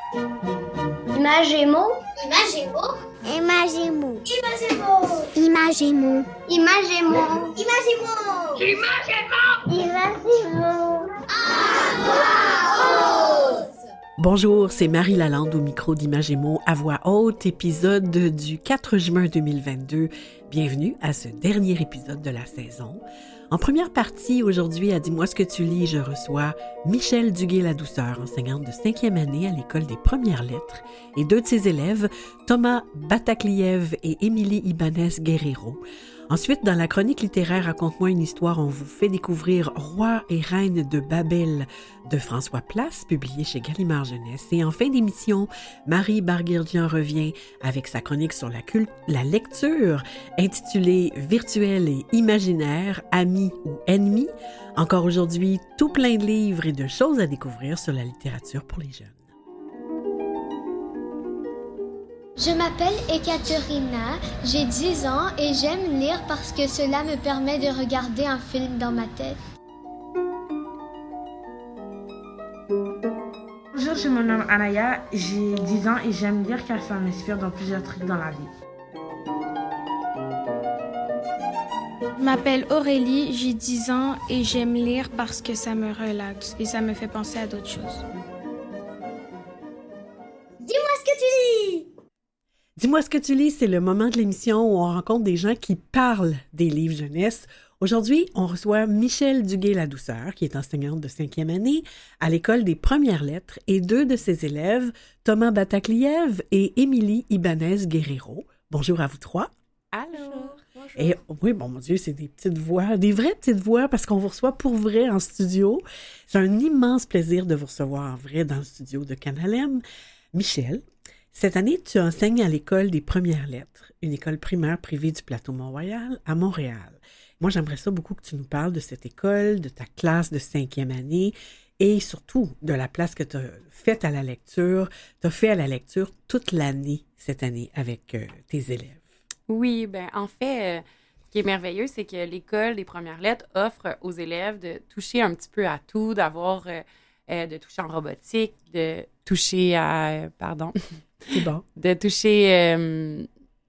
Imagemo. Imagemo. Imagemo. Imagemo. Imagemo. Imagemo. Imagemo. Imagemo. Bonjour, c'est Marie Lalande au micro d'Imagemo à voix haute, épisode du 4 juin 2022. Bienvenue à ce dernier épisode de la saison. En première partie, aujourd'hui, à Dis-moi ce que tu lis, je reçois Michel Duguay-Ladouceur, enseignante de 5e année à l'École des premières lettres, et deux de ses élèves, Thomas Batakliev et Émilie Ibanez-Guerrero. Ensuite, dans la chronique littéraire Raconte-moi une histoire, on vous fait découvrir Roi et Reine de Babel de François Place, publié chez Gallimard Jeunesse. Et en fin d'émission, Marie Barguirdian revient avec sa chronique sur la lecture, intitulée Virtuel et imaginaire, amis ou ennemis. Encore aujourd'hui, tout plein de livres et de choses à découvrir sur la littérature pour les jeunes. Je m'appelle Ekaterina, j'ai 10 ans et j'aime lire parce que cela me permet de regarder un film dans ma tête. Bonjour, je me nomme Anaya, j'ai 10 ans et j'aime lire car ça m'inspire dans plusieurs trucs dans la vie. Je m'appelle Aurélie, j'ai 10 ans et j'aime lire parce que ça me relaxe et ça me fait penser à d'autres choses. Dis-moi ce que tu lis. Dis-moi ce que tu lis, c'est le moment de l'émission où on rencontre des gens qui parlent des livres jeunesse. Aujourd'hui, on reçoit Michel Duguay-Ladouceur, qui est enseignante de 5e année à l'École des premières lettres, et deux de ses élèves, Thomas Batakliev et Émilie Ibanez-Guerrero. Bonjour à vous trois. Allô? Bonjour. Et oui, bon mon Dieu, c'est des petites voix, des vraies petites voix, parce qu'on vous reçoit pour vrai en studio. C'est un immense plaisir de vous recevoir en vrai dans le studio de Canal M. Michel, cette année, tu enseignes à l'École des premières lettres, une école primaire privée du plateau Mont-Royal à Montréal. Moi, j'aimerais ça beaucoup que tu nous parles de cette école, de ta classe de 5e année et surtout de la place que tu as faite à la lecture. Tu as fait à la lecture toute l'année cette année avec tes élèves. Oui, en fait, ce qui est merveilleux, c'est que l'École des premières lettres offre aux élèves de toucher un petit peu à tout, d'avoir, de toucher en robotique, de toucher à... C'est bon. De toucher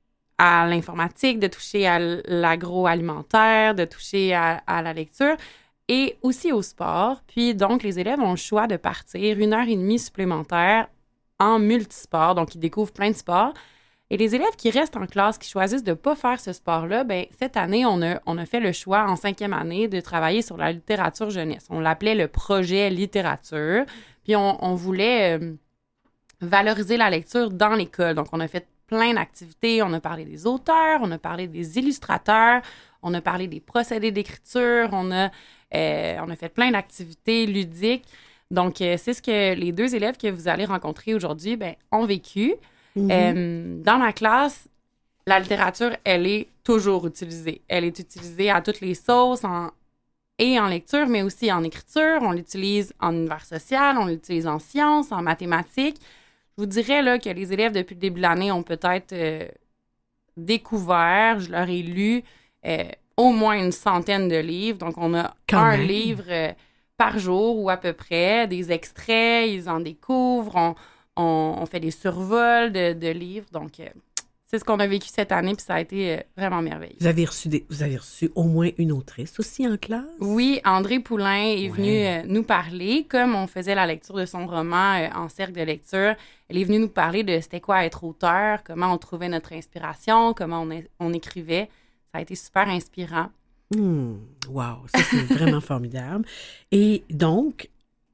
à l'informatique, de toucher à l'agroalimentaire, de toucher à la lecture et aussi au sport. Puis donc, les élèves ont le choix de partir 1h30 supplémentaire en multisport. Donc, ils découvrent plein de sports. Et les élèves qui restent en classe, qui choisissent de ne pas faire ce sport-là, cette année, on a fait le choix en 5e année de travailler sur la littérature jeunesse. On l'appelait le projet littérature. Puis on voulait... valoriser la lecture dans l'école. Donc, on a fait plein d'activités. On a parlé des auteurs, on a parlé des illustrateurs, on a parlé des procédés d'écriture, on a fait plein d'activités ludiques. Donc, c'est ce que les deux élèves que vous allez rencontrer aujourd'hui ont vécu. Mm-hmm. Dans ma classe, la littérature, elle est toujours utilisée. Elle est utilisée à toutes les sauces, en lecture, mais aussi en écriture. On l'utilise en univers social, on l'utilise en sciences, en mathématiques. Je vous dirais là, que les élèves, depuis le début de l'année, ont peut-être découvert, je leur ai lu au moins une centaine de livres. Donc, on a livre par jour ou à peu près, des extraits, ils en découvrent, on fait des survols de livres. Donc, c'est ce qu'on a vécu cette année, puis ça a été vraiment merveilleux. Vous avez reçu au moins une autrice aussi en classe? Oui, André Poulain est venu nous parler. Comme on faisait la lecture de son roman en cercle de lecture, elle est venue nous parler de c'était quoi être auteur, comment on trouvait notre inspiration, comment on écrivait. Ça a été super inspirant. Wow, ça c'est vraiment formidable. Et donc,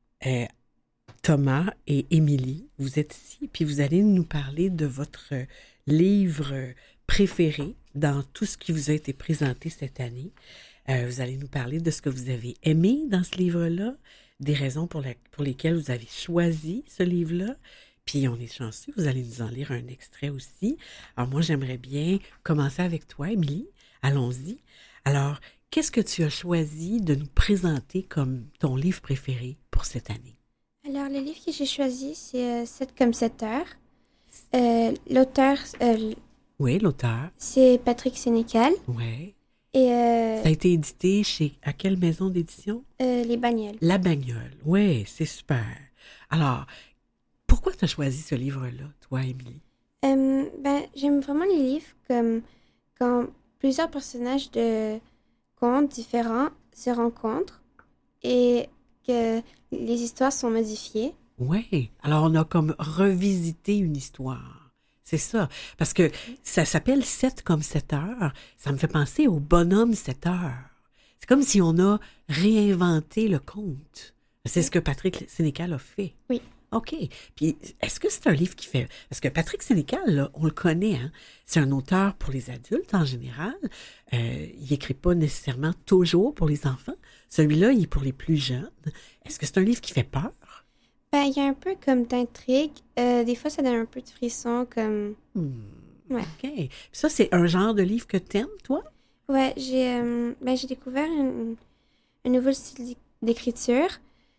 Thomas et Émilie, vous êtes ici, puis vous allez nous parler de votre livre préféré dans tout ce qui vous a été présenté cette année. Vous allez nous parler de ce que vous avez aimé dans ce livre-là, des raisons pour lesquelles vous avez choisi ce livre-là. Puis on est chanceux, vous allez nous en lire un extrait aussi. Alors moi, j'aimerais bien commencer avec toi, Émilie. Allons-y. Alors, qu'est-ce que tu as choisi de nous présenter comme ton livre préféré pour cette année? Alors, le livre que j'ai choisi, c'est 7 comme 7 heures. L'auteur... Oui, l'auteur. C'est Patrick Sénécal. Oui. Et ça a été édité à quelle maison d'édition? Les Bagnoles. La Bagnole. Oui, c'est super. Alors, Pourquoi tu as choisi ce livre-là, toi, Émilie? J'aime vraiment les livres comme quand plusieurs personnages de contes différents se rencontrent et que les histoires sont modifiées. Oui, alors on a comme revisité une histoire. C'est ça, parce que ça s'appelle 7 comme 7 heures. Ça me fait penser au bonhomme 7 heures. C'est comme si on a réinventé le conte. C'est ce que Patrick Sénécal a fait. Oui. OK. Puis, est-ce que c'est un livre qui fait... Parce que Patrick Sénécal, là, on le connaît, hein? C'est un auteur pour les adultes en général. Il n'écrit pas nécessairement toujours pour les enfants. Celui-là, il est pour les plus jeunes. Est-ce que c'est un livre qui fait peur? Il y a un peu comme d'intrigue. Des fois, ça donne un peu de frisson, comme... Ouais. OK. Puis ça, c'est un genre de livre que t'aimes, toi? Ouais, j'ai découvert un nouveau style d'écriture.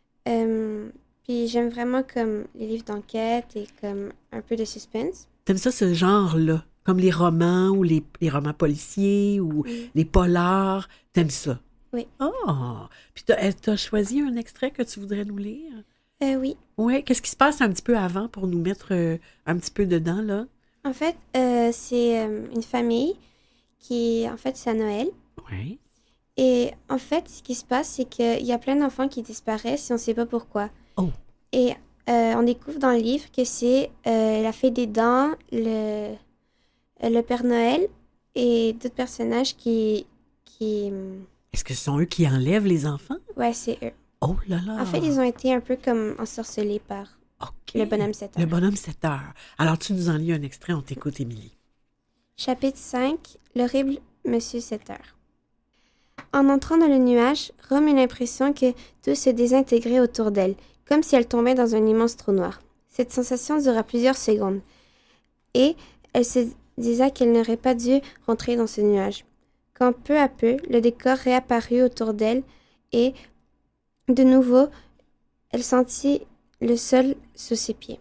Puis j'aime vraiment comme les livres d'enquête et comme un peu de suspense. T'aimes ça, ce genre-là? Comme les romans ou les romans policiers ou les polars? T'aimes ça? Oui. Ah! Puis t'as choisi un extrait que tu voudrais nous lire? Oui. Oui. Qu'est-ce qui se passe un petit peu avant pour nous mettre un petit peu dedans, là? En fait, c'est une famille qui, en fait, c'est à Noël. Oui. Et en fait, ce qui se passe, c'est qu'il y a plein d'enfants qui disparaissent et on ne sait pas pourquoi. Oh. Et on découvre dans le livre que c'est la Fée des Dents, le Père Noël et d'autres personnages qui... Est-ce que ce sont eux qui enlèvent les enfants? Ouais, c'est eux. Oh là là! En fait, ils ont été un peu comme ensorcelés par le bonhomme 7 heures. Le bonhomme 7 heures. Alors, tu nous en lis un extrait, on t'écoute, Émilie. Chapitre 5, l'horrible Monsieur 7 heures. En entrant dans le nuage, Rome eut l'impression que tout se désintégrait autour d'elle, comme si elle tombait dans un immense trou noir. Cette sensation dura plusieurs secondes, et elle se disait qu'elle n'aurait pas dû rentrer dans ce nuage. Quand peu à peu, le décor réapparut autour d'elle, et, de nouveau, elle sentit le sol sous ses pieds.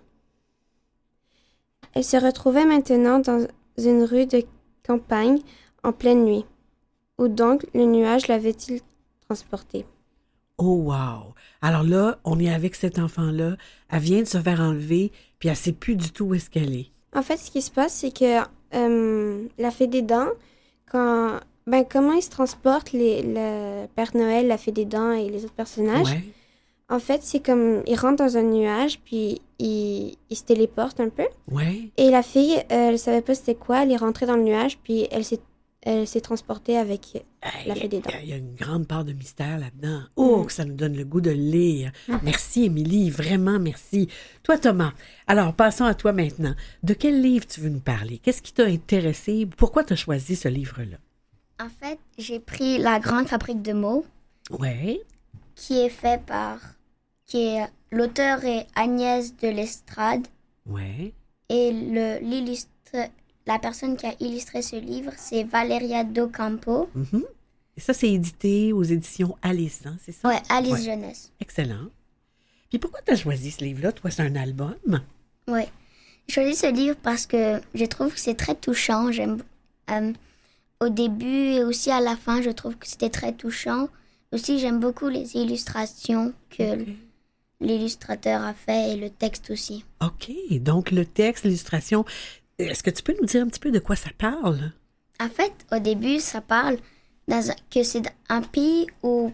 Elle se retrouvait maintenant dans une rue de campagne en pleine nuit. Où donc le nuage l'avait-il transportée? Oh wow! Alors là, on est avec cet enfant-là. Elle vient de se faire enlever, puis elle ne sait plus du tout où est-ce qu'elle est. En fait, ce qui se passe, c'est que la Fée des Dents, comment ils se transportent, le Père Noël, la Fée des Dents et les autres personnages, Ouais. en fait, c'est comme ils rentrent dans un nuage, puis ils se téléportent un peu. Ouais. Et la fille, elle savait pas c'était quoi, elle est rentrée dans le nuage, puis elle s'est transportée avec la Fée des Dents. Il y a une grande part de mystère là-dedans. Oh, que ça nous donne le goût de le lire. Merci, Émilie, vraiment merci. Toi, Thomas, alors passons à toi maintenant. De quel livre tu veux nous parler? Qu'est-ce qui t'a intéressé? Pourquoi tu as choisi ce livre-là? En fait, j'ai pris La Grande Fabrique de mots, Ouais. qui est l'auteur est Agnès de l'Estrade, Ouais. et la personne qui a illustré ce livre, c'est Valeria Docampo. Mhm. Et ça, c'est édité aux éditions Alice, hein, c'est ça? Ouais, Alice Ouais. Jeunesse. Excellent. Puis pourquoi tu as choisi ce livre-là? Toi, c'est un album? Ouais. J'ai choisi ce livre parce que je trouve que c'est très touchant. J'aime au début et aussi à la fin, je trouve que c'était très touchant. Aussi, j'aime beaucoup les illustrations que l'illustrateur a fait et le texte aussi. OK. Donc, le texte, l'illustration, est-ce que tu peux nous dire un petit peu de quoi ça parle? En fait, au début, ça parle que c'est un pays où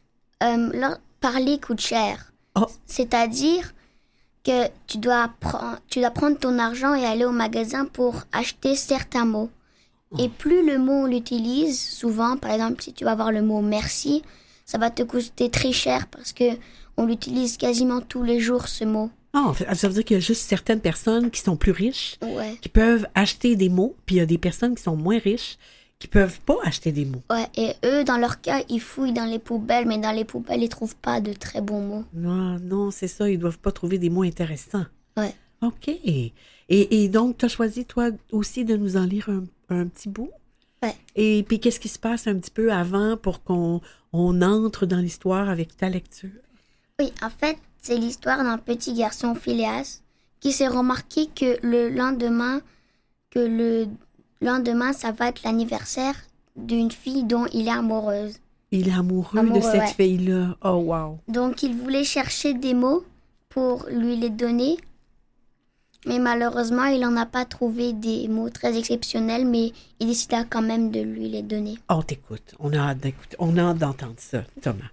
parler coûte cher. Oh. C'est-à-dire que tu dois prendre ton argent et aller au magasin pour acheter certains mots. Et plus le mot on l'utilise, souvent, par exemple, si tu vas avoir le mot merci, ça va te coûter très cher parce que on l'utilise quasiment tous les jours, ce mot. Ah, ça veut dire qu'il y a juste certaines personnes qui sont plus riches, Ouais. qui peuvent acheter des mots, puis il y a des personnes qui sont moins riches, qui peuvent pas acheter des mots. Ouais, et eux, dans leur cas, ils fouillent dans les poubelles, mais dans les poubelles, ils trouvent pas de très bons mots. Non, non, c'est ça, ils doivent pas trouver des mots intéressants. Ouais. OK. Et donc, tu as choisi, toi aussi, de nous en lire un petit bout? Ouais. Et puis, qu'est-ce qui se passe un petit peu avant pour qu'on entre dans l'histoire avec ta lecture? Oui, en fait, c'est l'histoire d'un petit garçon, Phileas, qui s'est remarqué que le lendemain, ça va être l'anniversaire d'une fille dont il est amoureuse. Il est amoureux de cette ouais. fille-là. Oh, wow. Donc, il voulait chercher des mots pour lui les donner Mais malheureusement, il n'en a pas trouvé des mots très exceptionnels, mais il décida quand même de lui les donner. Oh, t'écoutes. On a hâte d'entendre ça, Thomas.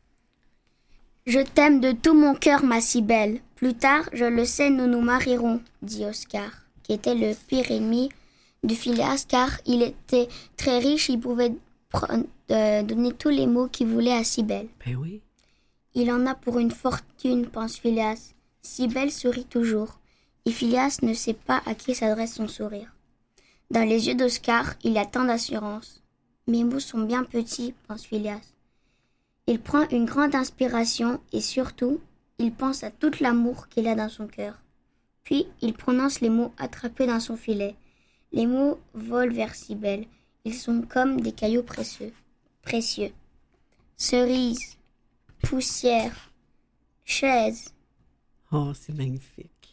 Je t'aime de tout mon cœur, ma si belle. Plus tard, je le sais, nous nous marierons, dit Oscar, qui était le pire ennemi de Phileas, car il était très riche, il pouvait donner tous les mots qu'il voulait à Cybèle. Ben oui. Il en a pour une fortune, pense Phileas. Cybèle sourit toujours, et Phileas ne sait pas à qui s'adresse son sourire. Dans les yeux d'Oscar, il y a tant d'assurance. Mes mots sont bien petits, pense Phileas. Il prend une grande inspiration et surtout, il pense à tout l'amour qu'il a dans son cœur. Puis, il prononce les mots attrapés dans son filet. Les mots volent vers Cybèle. Ils sont comme des cailloux précieux. Cerise, poussière, chaise. Oh, c'est magnifique.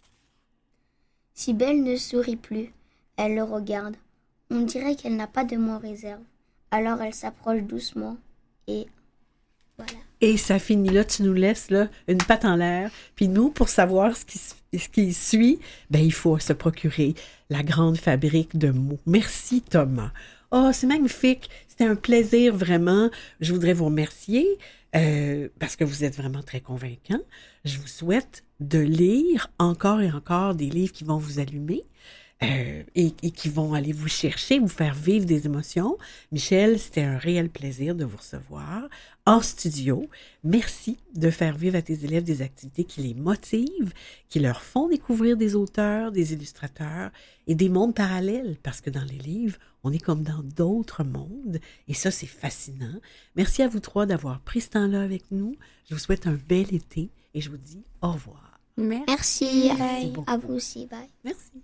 Cybèle ne sourit plus. Elle le regarde. On dirait qu'elle n'a pas de mots en réserve. Alors elle s'approche doucement et voilà. Et ça finit là, tu nous laisses là une patte en l'air. Puis nous, pour savoir ce qui suit, ben il faut se procurer la grande fabrique de mots. Merci Thomas. Oh, c'est magnifique. C'était un plaisir vraiment. Je voudrais vous remercier parce que vous êtes vraiment très convaincants. Je vous souhaite de lire encore et encore des livres qui vont vous allumer. Et qui vont aller vous chercher, vous faire vivre des émotions. Michel, c'était un réel plaisir de vous recevoir en studio. Merci de faire vivre à tes élèves des activités qui les motivent, qui leur font découvrir des auteurs, des illustrateurs et des mondes parallèles, parce que dans les livres, on est comme dans d'autres mondes et ça, c'est fascinant. Merci à vous trois d'avoir pris ce temps-là avec nous. Je vous souhaite un bel été et je vous dis au revoir. Merci. Merci à vous aussi. Bye. Merci.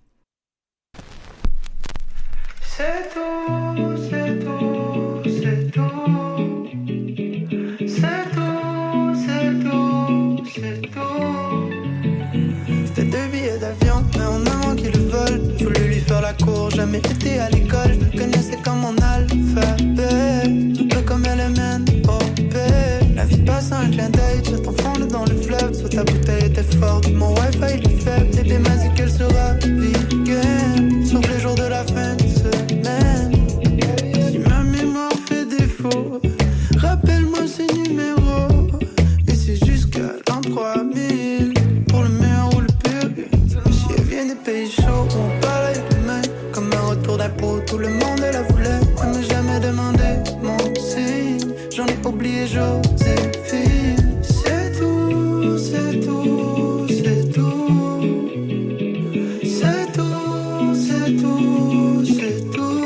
C'est tout, c'est tout, c'est tout. C'est tout, c'est tout, c'est tout. C'était 2 billets d'avion, mais on a manqué le vol. J'ai voulu lui faire la cour, jamais été à l'école. Je connaissais comme mon alphabet, un peu comme Element, la vie passe en un clin d'œil, j'attends fondre dans le fleuve. Soit ta bouteille était forte, mon wifi il est faible. Bébé m'a dit qu'elle sera vegan, sauf les jours de la fin de semaine. Si ma mémoire fait défaut, rappelle-moi ces numéros. Et c'est jusqu'à l'an 3000, pour le meilleur ou le pire. Si elle vient des pays chauds où on parle avec les mains, comme un retour d'impôt, tout le monde la voulait. Elle m'a jamais demandé mon signe, j'en ai oublié Joséphine. C'est tout, c'est tout, c'est tout. C'est tout, c'est tout, c'est tout.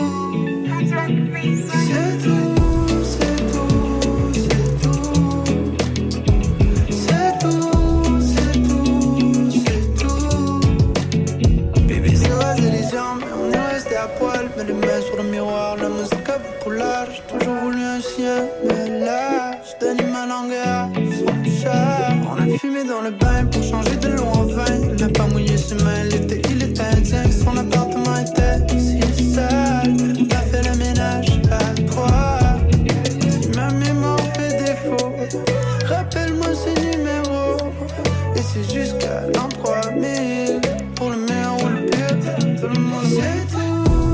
C'est tout, c'est tout, c'est tout. C'est tout, c'est tout, c'est tout. Bébé s'est rasé les jambes et on est resté à poil. Mais les mains sur le miroir, la musique a beaucoup large. J'ai toujours voulu un chien, mais là je donne ma langue à son chat. On a fumé dans le bain pour changer de l'eau en vin. Elle n'a pas mouillé ses mains, l'été il était indien. Son appartement était si sale, on a fait le ménage à 3. Si ma mémoire fait défaut, rappelle-moi ces numéros. Et c'est jusqu'à l'an 3000, pour le meilleur ou le pire, tout le monde sait tout.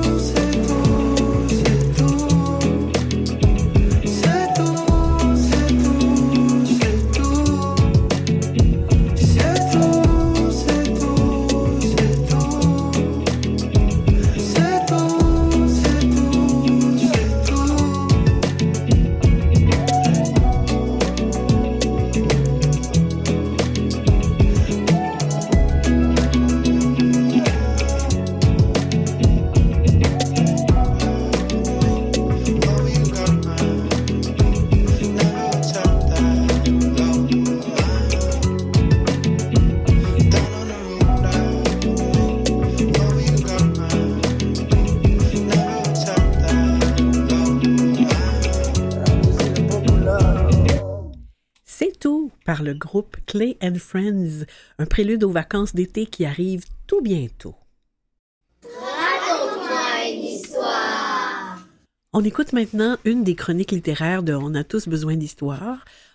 Par le groupe Clay and Friends, un prélude aux vacances d'été qui arrivent tout bientôt. Raconte-moi une histoire. On écoute maintenant une des chroniques littéraires de On a tous besoin d'histoire.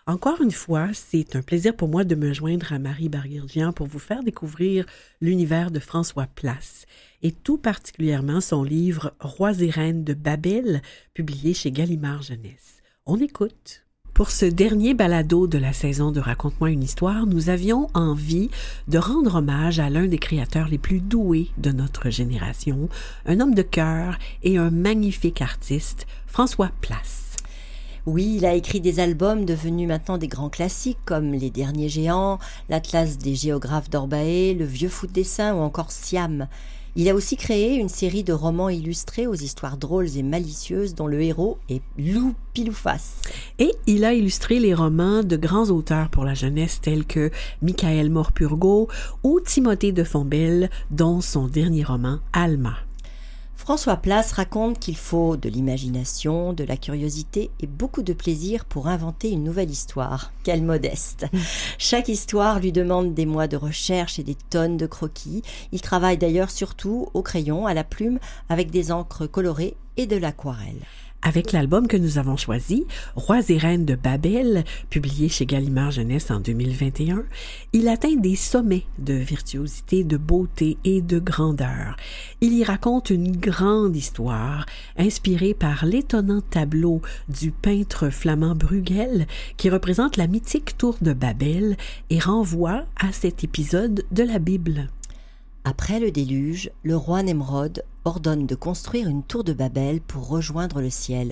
Encore une fois, c'est un plaisir pour moi de me joindre à Marie Barguirgian pour vous faire découvrir l'univers de François Place et tout particulièrement son livre « Rois et reines de Babel » publié chez Gallimard Jeunesse. On écoute. Pour ce dernier balado de la saison de Raconte-moi une histoire, nous avions envie de rendre hommage à l'un des créateurs les plus doués de notre génération, un homme de cœur et un magnifique artiste, François Place. Oui, il a écrit des albums devenus maintenant des grands classiques comme Les Derniers Géants, l'Atlas des géographes d'Orbaé, Le Vieux Fou de dessin ou encore Siam. Il a aussi créé une série de romans illustrés aux histoires drôles et malicieuses dont le héros est Lou Pilouface. Et il a illustré les romans de grands auteurs pour la jeunesse tels que Michael Morpurgo ou Timothée de Fontbelle, dont son dernier roman Alma. François Place raconte qu'il faut de l'imagination, de la curiosité et beaucoup de plaisir pour inventer une nouvelle histoire. Quelle modeste! Chaque histoire lui demande des mois de recherche et des tonnes de croquis. Il travaille d'ailleurs surtout au crayon, à la plume, avec des encres colorées et de l'aquarelle. Avec l'album que nous avons choisi, Rois et reines de Babel, publié chez Gallimard Jeunesse en 2021, il atteint des sommets de virtuosité, de beauté et de grandeur. Il y raconte une grande histoire, inspirée par l'étonnant tableau du peintre flamand Bruegel, qui représente la mythique tour de Babel et renvoie à cet épisode de la Bible. Après le déluge, le roi Nemrod ordonne de construire une tour de Babel pour rejoindre le ciel.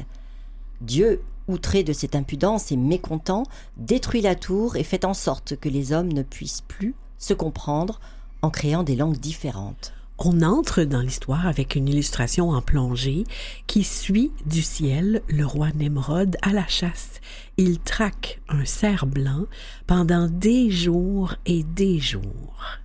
Dieu, outré de cette impudence et mécontent, détruit la tour et fait en sorte que les hommes ne puissent plus se comprendre en créant des langues différentes. On entre dans l'histoire avec une illustration en plongée qui suit du ciel le roi Nemrod à la chasse. Il traque un cerf blanc pendant des jours et des jours.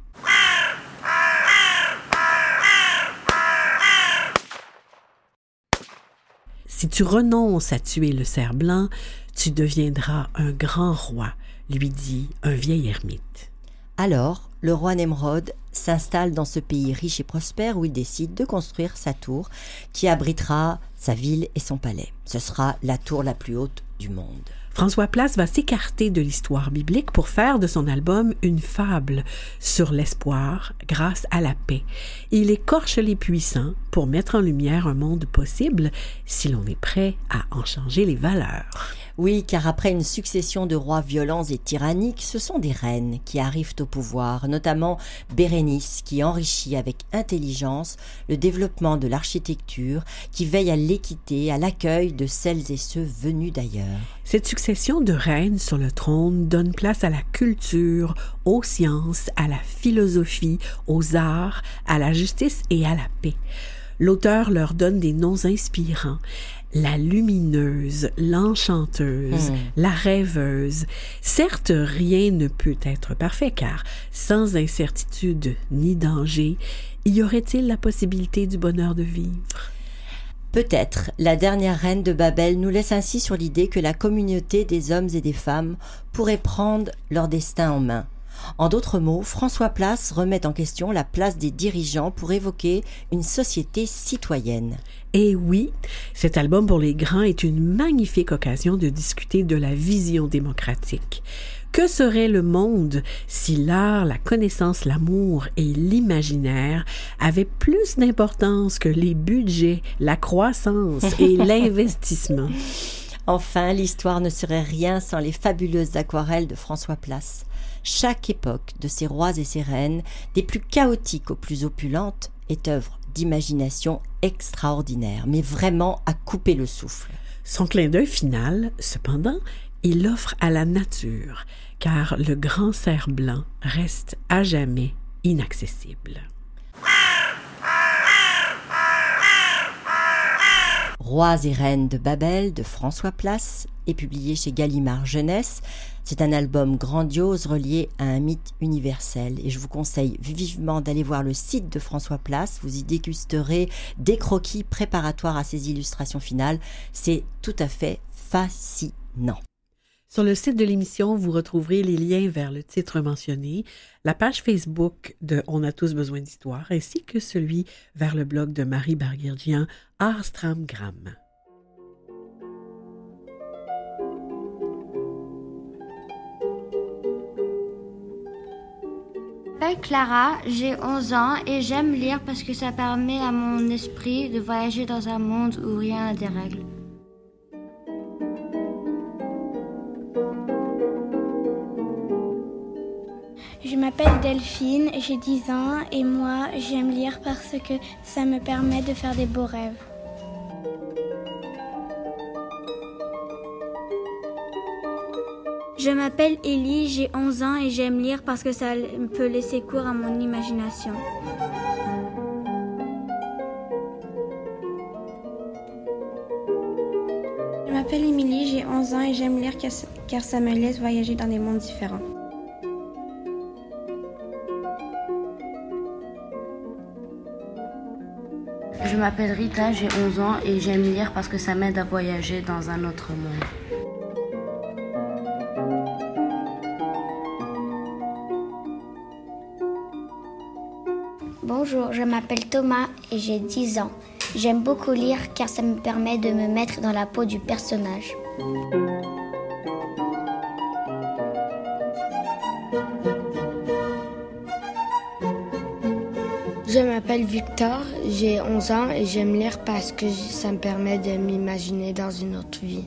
Si tu renonces à tuer le cerf blanc, tu deviendras un grand roi, lui dit un vieil ermite. Alors, le roi Nemrod s'installe dans ce pays riche et prospère où il décide de construire sa tour qui abritera sa ville et son palais. Ce sera la tour la plus haute du monde. François Place va s'écarter de l'histoire biblique pour faire de son album une fable sur l'espoir grâce à la paix. Il écorche les puissants pour mettre en lumière un monde possible si l'on est prêt à en changer les valeurs. Oui, car après une succession de rois violents et tyranniques, ce sont des reines qui arrivent au pouvoir, notamment Bérénice, qui enrichit avec intelligence le développement de l'architecture, qui veille à l'équité, à l'accueil de celles et ceux venus d'ailleurs. Cette succession de reines sur le trône donne place à la culture, aux sciences, à la philosophie, aux arts, à la justice et à la paix. L'auteur leur donne des noms inspirants. La lumineuse, l'enchanteuse, la rêveuse. Certes, rien ne peut être parfait car, sans incertitude ni danger, y aurait-il la possibilité du bonheur de vivre? Peut-être, la dernière reine de Babel nous laisse ainsi sur l'idée que la communauté des hommes et des femmes pourrait prendre leur destin en main. En d'autres mots, François Place remet en question la place des dirigeants pour évoquer une société citoyenne. Et oui, cet album pour les grands est une magnifique occasion de discuter de la vision démocratique. Que serait le monde si l'art, la connaissance, l'amour et l'imaginaire avaient plus d'importance que les budgets, la croissance et l'investissement? Enfin, l'histoire ne serait rien sans les fabuleuses aquarelles de François Place. Chaque époque de ces rois et ces reines, des plus chaotiques aux plus opulentes, est œuvre d'imagination extraordinaire, mais vraiment à couper le souffle. Son clin d'œil final, cependant, il offre à la nature, car le grand cerf blanc reste à jamais inaccessible. Rois et reines de Babel de François Place est publié chez Gallimard Jeunesse. C'est un album grandiose relié à un mythe universel et je vous conseille vivement d'aller voir le site de François Place. Vous y dégusterez des croquis préparatoires à ses illustrations finales. C'est tout à fait fascinant. Sur le site de l'émission, vous retrouverez les liens vers le titre mentionné, la page Facebook de On a tous besoin d'histoire, ainsi que celui vers le blog de Marie Barguirgian, Arstramgram. m'appelle Clara, j'ai 11 ans et j'aime lire parce que ça permet à mon esprit de voyager dans un monde où rien n'a des règles. Je m'appelle Delphine, j'ai 10 ans et moi, j'aime lire parce que ça me permet de faire des beaux rêves. Je m'appelle Ellie, j'ai 11 ans et j'aime lire parce que ça peut laisser cours à mon imagination. Je m'appelle Émilie, j'ai 11 ans et j'aime lire car ça me laisse voyager dans des mondes différents. Je m'appelle Rita, j'ai 11 ans et j'aime lire parce que ça m'aide à voyager dans un autre monde. Bonjour, je m'appelle Thomas et j'ai 10 ans. J'aime beaucoup lire car ça me permet de me mettre dans la peau du personnage. Je m'appelle Victor, j'ai 11 ans et j'aime lire parce que ça me permet de m'imaginer dans une autre vie.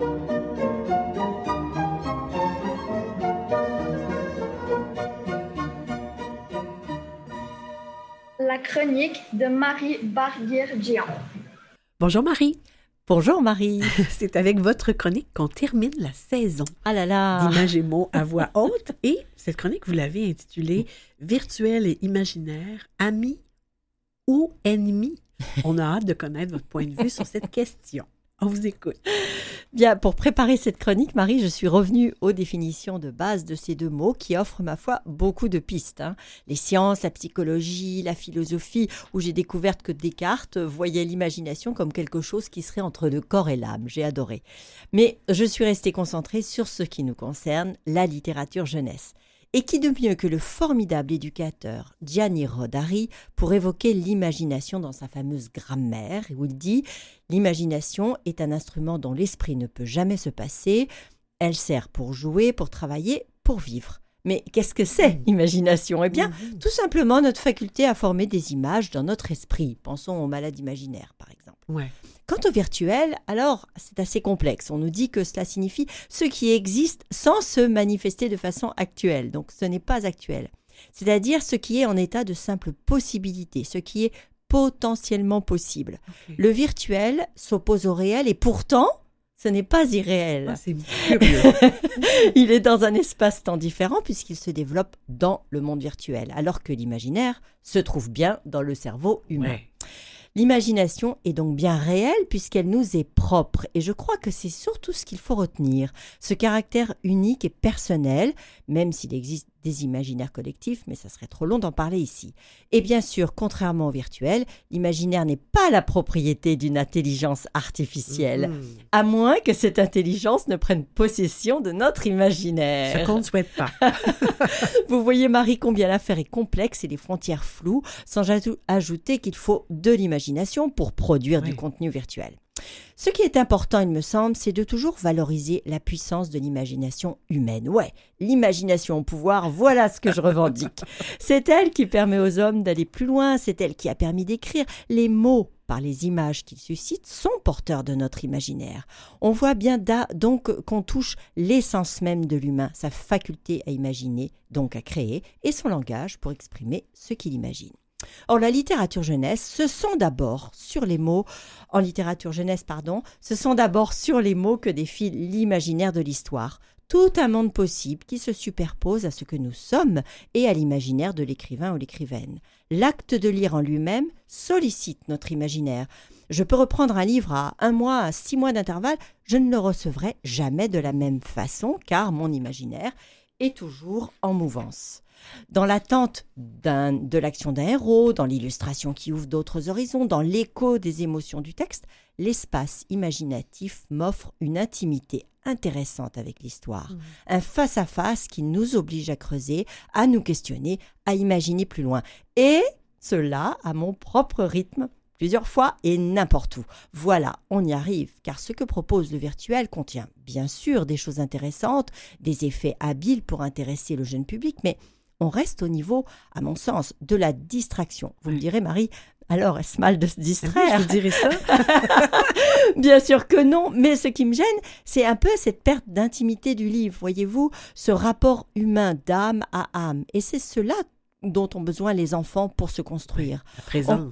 La chronique de Marie Barguer-Géant. Bonjour Marie. Bonjour Marie. C'est avec votre chronique qu'on termine la saison. Ah là là. D'Images et mots à voix haute. Et cette chronique, vous l'avez intitulée « Virtuel et imaginaire, amis ou ennemis ?» On a hâte de connaître votre point de vue sur cette question. On vous écoute. Bien, pour préparer cette chronique, Marie, je suis revenue aux définitions de base de ces deux mots qui offrent, ma foi, beaucoup de pistes. Les sciences, la psychologie, la philosophie, où j'ai découvert que Descartes voyait l'imagination comme quelque chose qui serait entre le corps et l'âme. J'ai adoré. Mais je suis restée concentrée sur ce qui nous concerne, la littérature jeunesse. Et qui de mieux que le formidable éducateur Gianni Rodari pour évoquer l'imagination dans sa fameuse grammaire, où il dit « L'imagination est un instrument dont l'esprit ne peut jamais se passer. Elle sert pour jouer, pour travailler, pour vivre. » Mais qu'est-ce que c'est, l'imagination ? Eh bien, tout simplement notre faculté à former des images dans notre esprit. Pensons aux malades imaginaires, par exemple. Ouais. Quant au virtuel, alors, c'est assez complexe. On nous dit que cela signifie ce qui existe sans se manifester de façon actuelle. Donc, ce n'est pas actuel. C'est-à-dire ce qui est en état de simple possibilité, ce qui est potentiellement possible. Okay. Le virtuel s'oppose au réel et pourtant, ce n'est pas irréel. Ah, c'est curieux. Il est dans un espace-temps différent puisqu'il se développe dans le monde virtuel, alors que l'imaginaire se trouve bien dans le cerveau humain. Ouais. L'imagination est donc bien réelle puisqu'elle nous est propre et je crois que c'est surtout ce qu'il faut retenir, ce caractère unique et personnel, même s'il existe des imaginaires collectifs, mais ça serait trop long d'en parler ici. Et bien sûr, contrairement au virtuel, l'imaginaire n'est pas la propriété d'une intelligence artificielle, à moins que cette intelligence ne prenne possession de notre imaginaire. Ce qu'on ne souhaite pas. Vous voyez, Marie, combien l'affaire est complexe et les frontières floues, sans ajouter qu'il faut de l'imagination pour produire du contenu virtuel. Ce qui est important, il me semble, c'est de toujours valoriser la puissance de l'imagination humaine. Ouais, l'imagination au pouvoir, voilà ce que je revendique. C'est elle qui permet aux hommes d'aller plus loin, c'est elle qui a permis d'écrire. Les mots, par les images qu'ils suscitent, sont porteurs de notre imaginaire. On voit bien donc qu'on touche l'essence même de l'humain, sa faculté à imaginer, donc à créer, et son langage pour exprimer ce qu'il imagine. Or, la littérature jeunesse, ce sont d'abord sur les mots que défile l'imaginaire de l'histoire. Tout un monde possible qui se superpose à ce que nous sommes et à l'imaginaire de l'écrivain ou l'écrivaine. L'acte de lire en lui-même sollicite notre imaginaire. Je peux reprendre un livre à 1 mois, à 6 mois d'intervalle, je ne le recevrai jamais de la même façon car mon imaginaire est toujours en mouvance. Dans l'attente de l'action d'un héros, dans l'illustration qui ouvre d'autres horizons, dans l'écho des émotions du texte, l'espace imaginatif m'offre une intimité intéressante avec l'histoire. Un face-à-face qui nous oblige à creuser, à nous questionner, à imaginer plus loin. Et cela à mon propre rythme, plusieurs fois et n'importe où. Voilà, on y arrive, car ce que propose le virtuel contient bien sûr des choses intéressantes, des effets habiles pour intéresser le jeune public, mais on reste au niveau, à mon sens, de la distraction. Vous me direz, Marie, alors est-ce mal de se distraire? Je vous dirais ça. Bien sûr que non, mais ce qui me gêne, c'est un peu cette perte d'intimité du livre, voyez-vous, ce rapport humain d'âme à âme. Et c'est cela dont ont besoin les enfants pour se construire. La présence.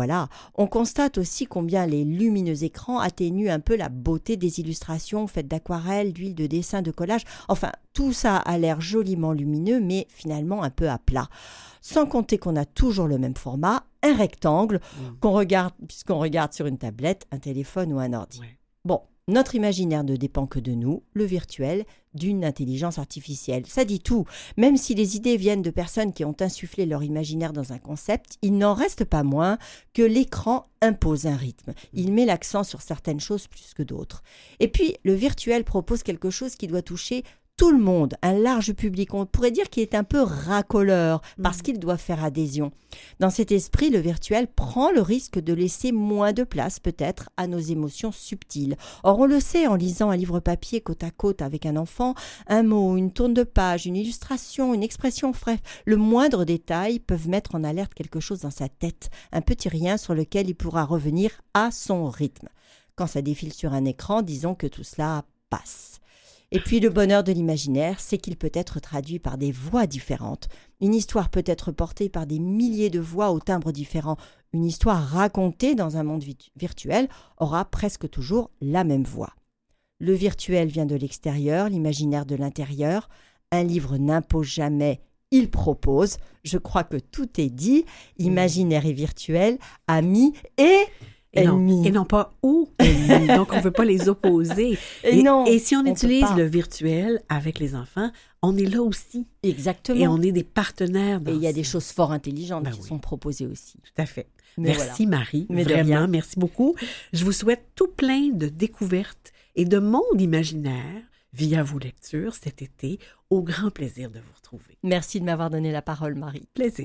On constate aussi combien les lumineux écrans atténuent un peu la beauté des illustrations faites d'aquarelles, d'huile, de dessin, de collage. Enfin, tout ça a l'air joliment lumineux, mais finalement un peu à plat. Sans compter qu'on a toujours le même format, un rectangle, puisqu'on regarde sur une tablette, un téléphone ou un ordi. Ouais. Bon, notre imaginaire ne dépend que de nous, le virtuel, d'une intelligence artificielle. Ça dit tout. Même si les idées viennent de personnes qui ont insufflé leur imaginaire dans un concept, il n'en reste pas moins que l'écran impose un rythme. Il met l'accent sur certaines choses plus que d'autres. Et puis, le virtuel propose quelque chose qui doit toucher tout le monde, un large public. On pourrait dire qu'il est un peu racoleur parce qu'il doit faire adhésion. Dans cet esprit, le virtuel prend le risque de laisser moins de place peut-être à nos émotions subtiles. Or, on le sait en lisant un livre papier côte à côte avec un enfant, un mot, une tourne de page, une illustration, une expression, bref, le moindre détail peuvent mettre en alerte quelque chose dans sa tête, un petit rien sur lequel il pourra revenir à son rythme. Quand ça défile sur un écran, disons que tout cela passe. Et puis le bonheur de l'imaginaire, c'est qu'il peut être traduit par des voix différentes. Une histoire peut être portée par des milliers de voix aux timbres différents. Une histoire racontée dans un monde virtuel aura presque toujours la même voix. Le virtuel vient de l'extérieur, l'imaginaire de l'intérieur. Un livre n'impose jamais, il propose. Je crois que tout est dit. Imaginaire et virtuel, amis et... Et non pas ou ennemis. Donc, on ne veut pas les opposer. Et si on utilise le virtuel avec les enfants, on est là aussi. Exactement. Et on est des partenaires. Et il y a des choses fort intelligentes qui sont proposées aussi. Tout à fait. Merci Marie, vraiment, merci beaucoup. Je vous souhaite tout plein de découvertes et de mondes imaginaires via vos lectures cet été. Au grand plaisir de vous retrouver. Merci de m'avoir donné la parole, Marie. Plaisir.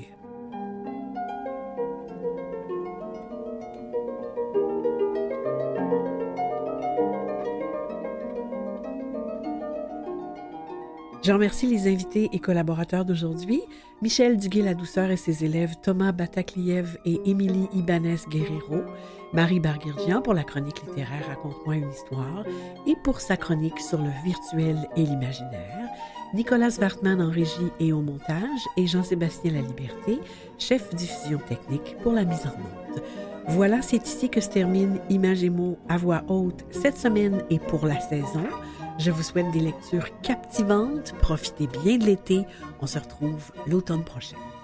Je remercie les invités et collaborateurs d'aujourd'hui, Michel Duguay-Ladouceur et ses élèves Thomas Batakliev et Émilie Ibanez-Guerrero, Marie Barguirgian pour la chronique littéraire Raconte-moi une histoire et pour sa chronique sur le virtuel et l'imaginaire, Nicolas Wartman en régie et au montage et Jean-Sébastien Laliberté, chef diffusion technique pour la mise en onde. Voilà, c'est ici que se termine Images et mots à voix haute cette semaine et pour la saison. Je vous souhaite des lectures captivantes. Profitez bien de l'été. On se retrouve l'automne prochain.